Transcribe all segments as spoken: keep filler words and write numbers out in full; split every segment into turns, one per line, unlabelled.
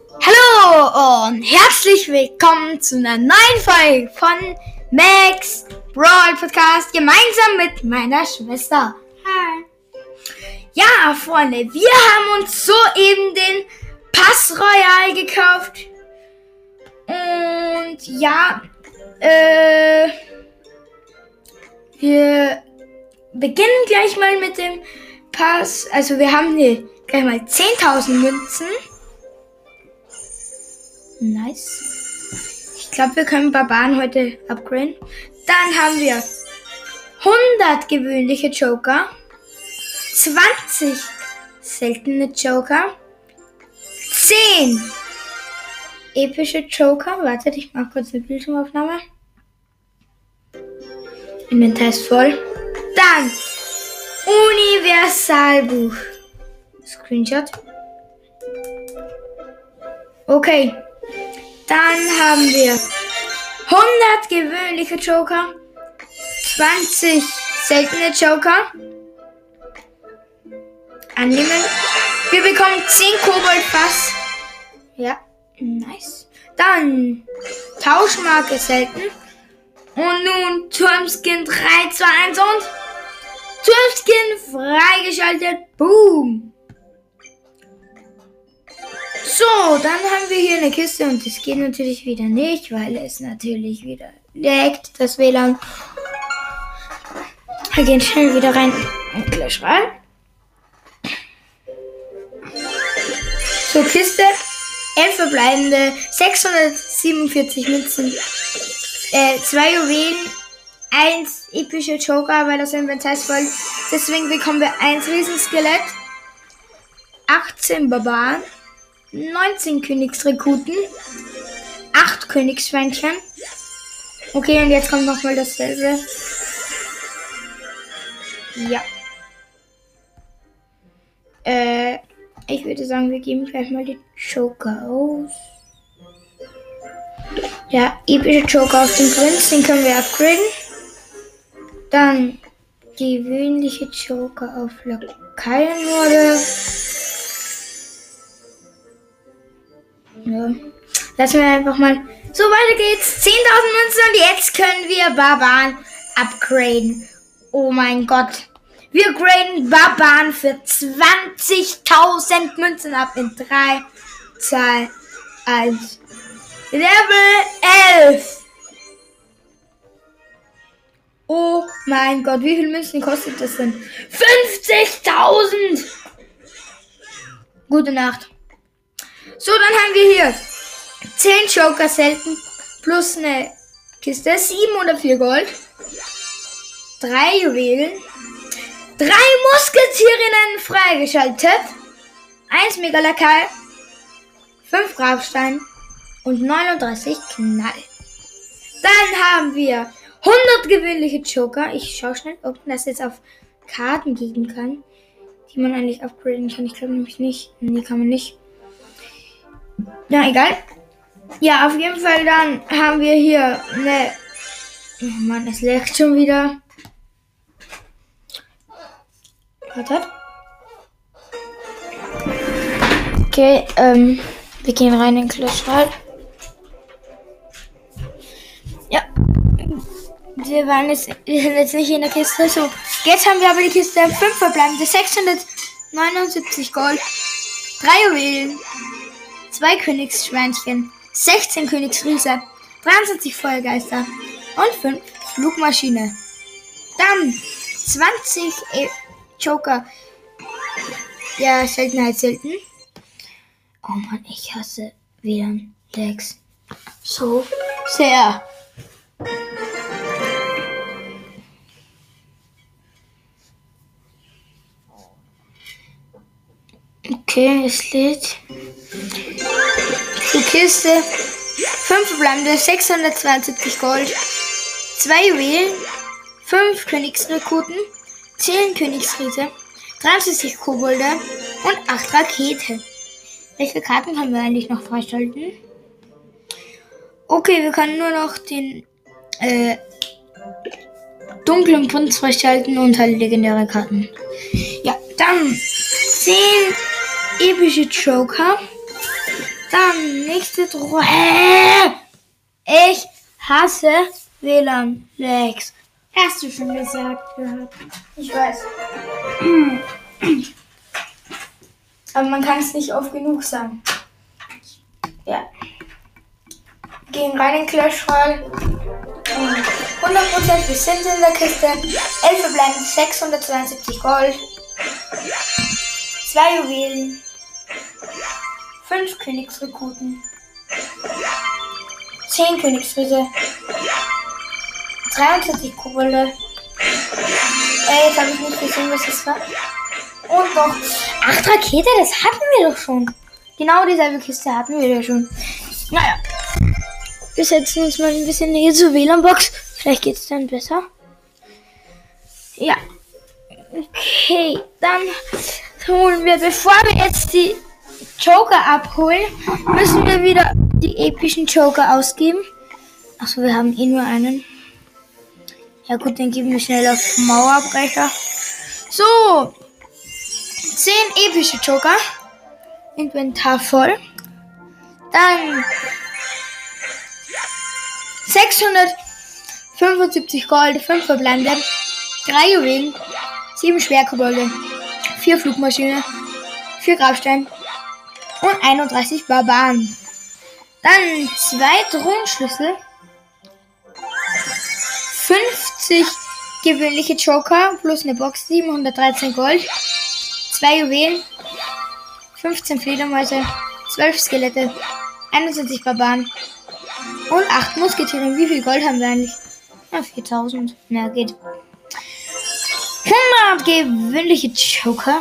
Hallo und herzlich willkommen zu einer neuen Folge von Max Brawl Podcast gemeinsam mit meiner Schwester.
Hi.
Ja, Freunde, wir haben uns soeben den Pass Royal gekauft. Und ja, äh, wir beginnen gleich mal mit dem Pass. Also wir haben hier gleich mal zehntausend Münzen. Nice. Ich glaube, wir können Barbaren heute upgraden. Dann haben wir hundert gewöhnliche Joker, zwanzig seltene Joker, zehn epische Joker. Warte, ich mache kurz eine Bildschirmaufnahme. Inventar ist voll. Dann Universalbuch. Screenshot. Okay. Dann haben wir hundert gewöhnliche Joker, zwanzig seltene Joker. Annehmen. Wir bekommen zehn Koboldfass. Ja, nice. Dann Tauschmarke selten. Und nun Turmskin drei, zwei, eins und Turmskin freigeschaltet. Boom. So, dann haben wir hier eine Kiste und das geht natürlich wieder nicht, weil es natürlich wieder laggt, das W L A N. Wir gehen schnell wieder rein und gleich rein. So, Kiste, elf verbleibende, sechshundertsiebenundvierzig Münzen, äh, zwei Juwelen, eins epische Joker, weil das Inventar ist voll. Deswegen bekommen wir eins Riesenskelett, achtzehn Barbaren, neunzehn Königsrekruten, acht Königsschweinchen. Okay, und jetzt kommt nochmal dasselbe. Ja. Äh, ich würde sagen, wir geben gleich mal die Joker aus. Ja, epische Joker auf den Prinz, den können wir upgraden. Dann gewöhnliche Joker auf Lakaienmorde. Ja. Lassen wir einfach mal. So, weiter geht's. zehntausend Münzen und jetzt können wir Barbaren upgraden. Oh mein Gott. Wir graden Barbaren für zwanzigtausend Münzen ab in drei, zwei, eins. Level elf. Oh mein Gott, wie viel Münzen kostet das denn? fünfzigtausend. Gute Nacht. So, dann haben wir hier zehn Joker selten plus eine Kiste, sieben oder vier Gold, drei Juwelen, drei Musketierinnen freigeschaltet, eins Megalakai, fünf Grabstein und neununddreißig Knall. Dann haben wir hundert gewöhnliche Joker. Ich schaue schnell, ob man das jetzt auf Karten geben kann, die man eigentlich upgraden kann. Ich glaube nämlich nicht. Nee, kann man nicht. Na, egal. Ja, auf jeden Fall dann haben wir hier eine... Oh Mann, es leckt schon wieder. Wartet. Okay, ähm, wir gehen rein in den Clash Royale. Ja. Wir waren jetzt, wir sind jetzt nicht in der Kiste. So, jetzt haben wir aber die Kiste fünf verbleibende, sechshundertneunundsiebzig Gold, drei Juwelen, zwei Königsschweinchen, sechzehn Königsriese, dreiundzwanzig Feuergeister und fünf Flugmaschine. Dann zwanzig e- Joker. Ja, Seltenheit selten. Oh Mann, ich hasse W L A N-Lags so sehr. Okay, es lädt. Die Kiste. fünf verbleibende, sechshundertzweiundsiebzig Gold, zwei Juwelen, fünf Königsrekruten, zehn Königsriese, dreiundzwanzig Kobolde und acht Raketen. Welche Karten können wir eigentlich noch freischalten? Okay, wir können nur noch den äh, dunklen Prinz freischalten und halt legendäre Karten. Ja, dann zehn epische Joker. Dann nächste Truhe. Ich hasse W L A N-Lags. Hast du schon gesagt gehabt? Ich weiß. Aber man kann es nicht oft genug sagen. Ja. Gehen rein in Clash Royale. hundert Prozent, wir sind in der Kiste. elf verbleiben, sechshundertzweiundsiebzig Gold. zwei Juwelen. fünf Königsrekruten. zehn Königsrisse. dreiundvierzig Kobolde. Äh, jetzt habe ich nicht gesehen, was das war. Und noch acht Rakete, das hatten wir doch schon. Genau dieselbe Kiste hatten wir ja schon. Naja. Wir setzen uns mal ein bisschen näher zur W L A N-Box. Vielleicht geht es dann besser. Ja. Okay, dann holen wir, bevor wir jetzt die Joker abholen, müssen wir wieder die epischen Joker ausgeben. Achso, wir haben eh nur einen. Ja gut, dann geben wir schnell auf Mauerbrecher. So. zehn epische Joker. Inventar voll. Dann sechshundertfünfundsiebzig Gold, fünf verbleibende, drei Juwelen, sieben Schwerkobolde, vier Flugmaschine, vier Grabstein und einunddreißig Barbaren. Dann zwei Thronschlüssel, fünfzig gewöhnliche Joker plus eine Box, siebenhundertdreizehn Gold, zwei Juwelen, fünfzehn Fledermäuse, zwölf Skelette, einundzwanzig Barbaren und acht Musketiere. Wie viel Gold haben wir eigentlich? Ja, viertausend. Na, geht. hundert gewöhnliche Joker.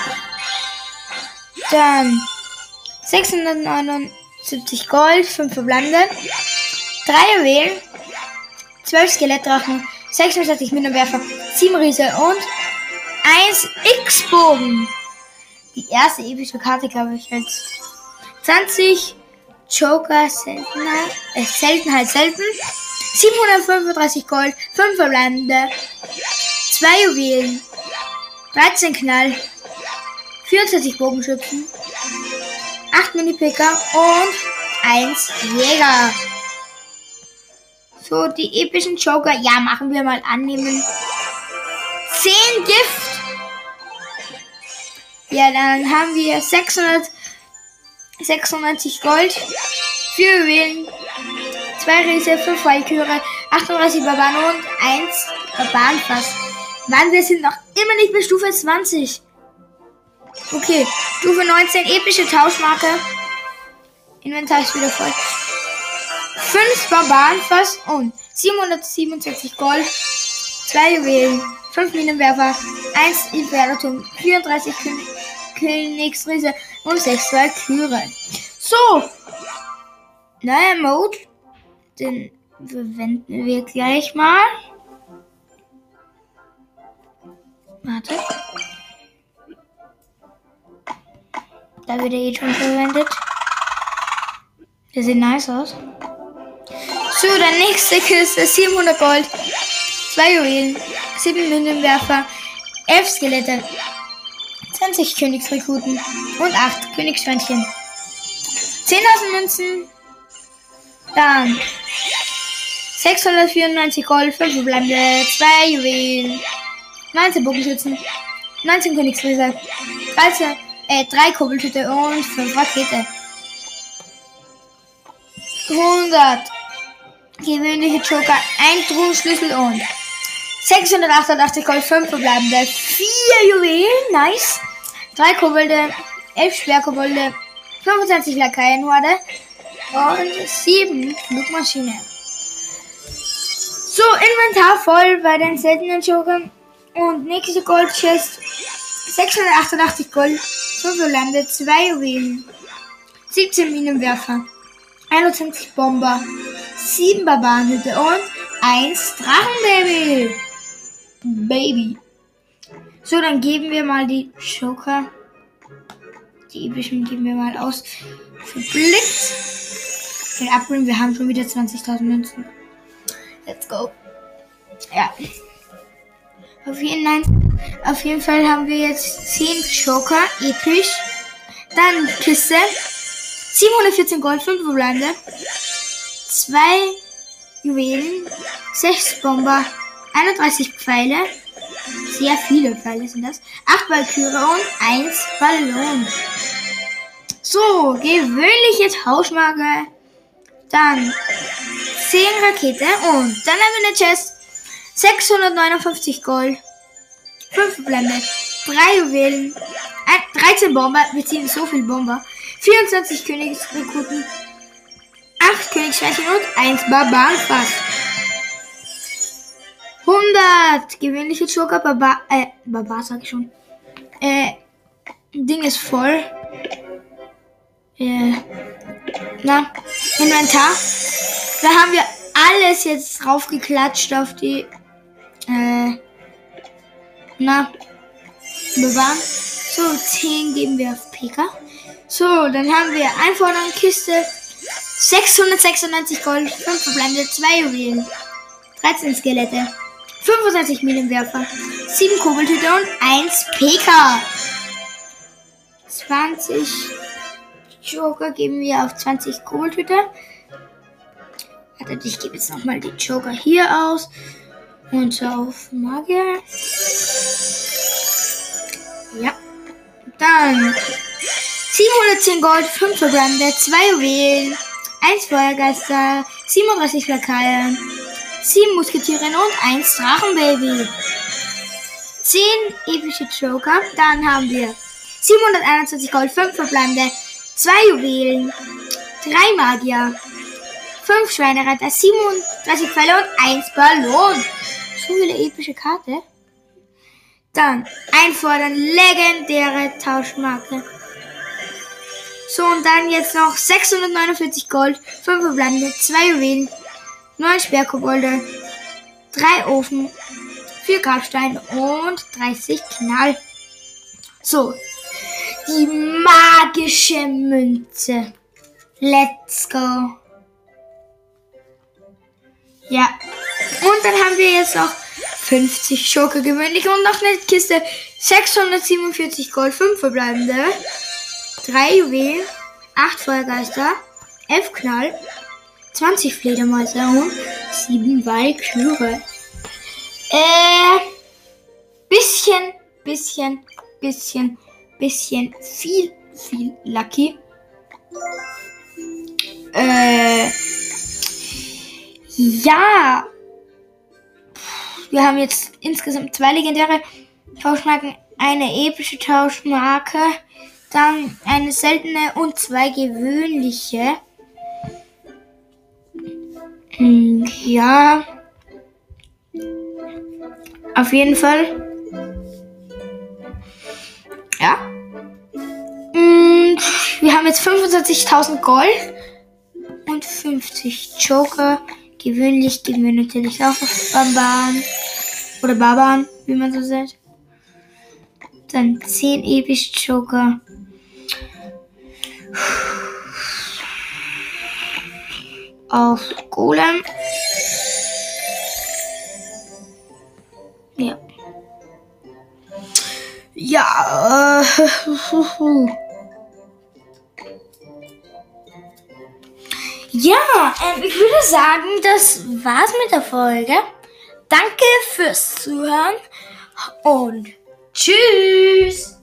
Dann sechshundertneunundsiebzig Gold, fünf verbleibende, drei Juwelen, zwölf Skelettdrachen, sechsundsechzig Minenwerfer, sieben Riese und eins X-Bogen. Die erste epische Karte, glaube ich, jetzt. zwanzig Joker, Seltenheit, äh, Seltenheit selten. siebenhundertfünfunddreißig Gold, fünf verbleibende, zwei Juwelen, dreizehn Knall, vierundzwanzig Bogenschützen, acht Mini-Picker und eins Jäger. So, die epischen Joker, ja, machen wir mal annehmen. zehn Gift. Ja, dann haben wir sechshundertsechsundneunzig Gold, vier Juwelen, zwei Riese, fünf Walküre, achtunddreißig Barbaren und eins Barbarenfass. Mann, wir sind noch immer nicht bei Stufe zwanzig. Okay, Stufe neunzehn, epische Tauschmarke. Inventar ist wieder voll. fünf Barbarenfass und siebenhundertsiebenundzwanzig Gold, zwei Juwelen, fünf Minenwerfer, eins Imperatum, vierunddreißig König Königsriese und sechs Walküre. So, neuer Mode, den verwenden wir gleich mal. Warte. Da wird er jetzt schon verwendet. Der sieht nice aus. So, der nächste Kiste, siebenhundert Gold, zwei Juwelen, sieben Minenwerfer, elf Skelette, zwanzig Königsrekruten und acht Königsschweinchen. zehntausend Münzen. Dann sechshundertvierundneunzig Gold, fünf verbleibende, zwei Juwelen, neunzehn Bogenschützen, neunzehn Königsriese, dreizehn, äh, drei Koboldhüte und fünf Rakete. hundert gewöhnliche Joker, ein Thronschlüssel und sechshundertachtundachtzig Gold, fünf verbleibende, vier Juwelen, nice, drei Kobolde, elf Schwerkobolde, fünfundzwanzig Lakaienhorde und sieben Flugmaschine. So, Inventar voll bei den seltenen Jokern und nächste Goldchest, sechshundertachtundachtzig Gold, fünf verbleibende, zwei Juwelen, siebzehn Minenwerfer, einundzwanzig Bomber, sieben Barbarenhüte und eins Drachenbaby. Baby. So, dann geben wir mal die Joker. Die epischen geben wir mal aus. Für Blitz. Den abholen, wir haben schon wieder zwanzigtausend Münzen. Let's go. Ja. Auf jeden, auf jeden Fall haben wir jetzt zehn Joker, episch. Dann Kiste. siebenhundertvierzehn Gold, fünf verbleibende, zwei Juwelen, sechs Bomber, einunddreißig Pfeile, sehr viele Pfeile sind das, acht Valkyrie und eins Ballon. So, gewöhnliche Tauschmarke, dann zehn Rakete und dann haben wir eine Chest, sechshundertneunundfünfzig Gold, fünf verbleibende, drei Juwelen, dreizehn Bomber, wir ziehen so viel Bomber, vierundzwanzig Königsrekruten, acht Königsschwächen und eins Barbarenfass. hundert gewöhnliche Joker, Barbar, äh, Barbar sag ich schon. Äh, Ding ist voll. Äh, na, Inventar. Da haben wir alles jetzt draufgeklatscht auf die, äh, na, bewahren. So, zehn geben wir auf P K. So, dann haben wir Einforderung Kiste, sechshundertsechsundneunzig Gold, fünf verbleibende, zwei Juwelen, dreizehn Skelette, fünfundsechzig Minenwerfer, sieben Koboldhüte und eins P K. zwanzig Joker geben wir auf zwanzig Koboldhüte. Warte, ich gebe jetzt nochmal die Joker hier aus. Und so auf Magier. Ja. Dann siebenhundertzehn Gold, fünf verbleibende, zwei Juwelen, eins Feuergeister, siebenunddreißig Lakaien, sieben Musketierinnen und eins Drachenbaby. zehn epische Joker. Dann haben wir siebenhunderteinundzwanzig Gold, fünf verbleibende, zwei Juwelen, drei Magier, fünf Schweinereiter, siebenunddreißig Pfeile und eins Ballon. So viele epische Karte. Dann einfordern, legendäre Tauschmarke. So, und dann jetzt noch sechshundertneunundvierzig Gold, fünf verbleibende, zwei Juwelen, neun Sperrkobolde, drei Ofen, vier Grabsteine und dreißig Knall. So, die magische Münze. Let's go. Ja, und dann haben wir jetzt noch fünfzig Joker gewöhnlich und noch eine Kiste, sechshundertsiebenundvierzig Gold, fünf verbleibende, drei Juwelen, acht Feuergeister, elf Knall, zwanzig Fledermäuse und sieben Valkyrie. Äh, bisschen, bisschen, bisschen, bisschen, viel, viel Lucky. Äh, ja. Wir haben jetzt insgesamt zwei legendäre Tauschmarken, eine epische Tauschmarke, dann eine seltene und zwei gewöhnliche. Ja. Auf jeden Fall. Ja. Und wir haben jetzt fünfundzwanzigtausend Gold und fünfzig Joker. Gewöhnlich geben wir natürlich auch Barbaren. Oder Barbaren, wie man so sagt. Dann zehn epische Joker. Auf Golem. Ja. Ja. Äh, ja, ähm, ich würde sagen, das war's mit der Folge. Danke fürs Zuhören und tschüss.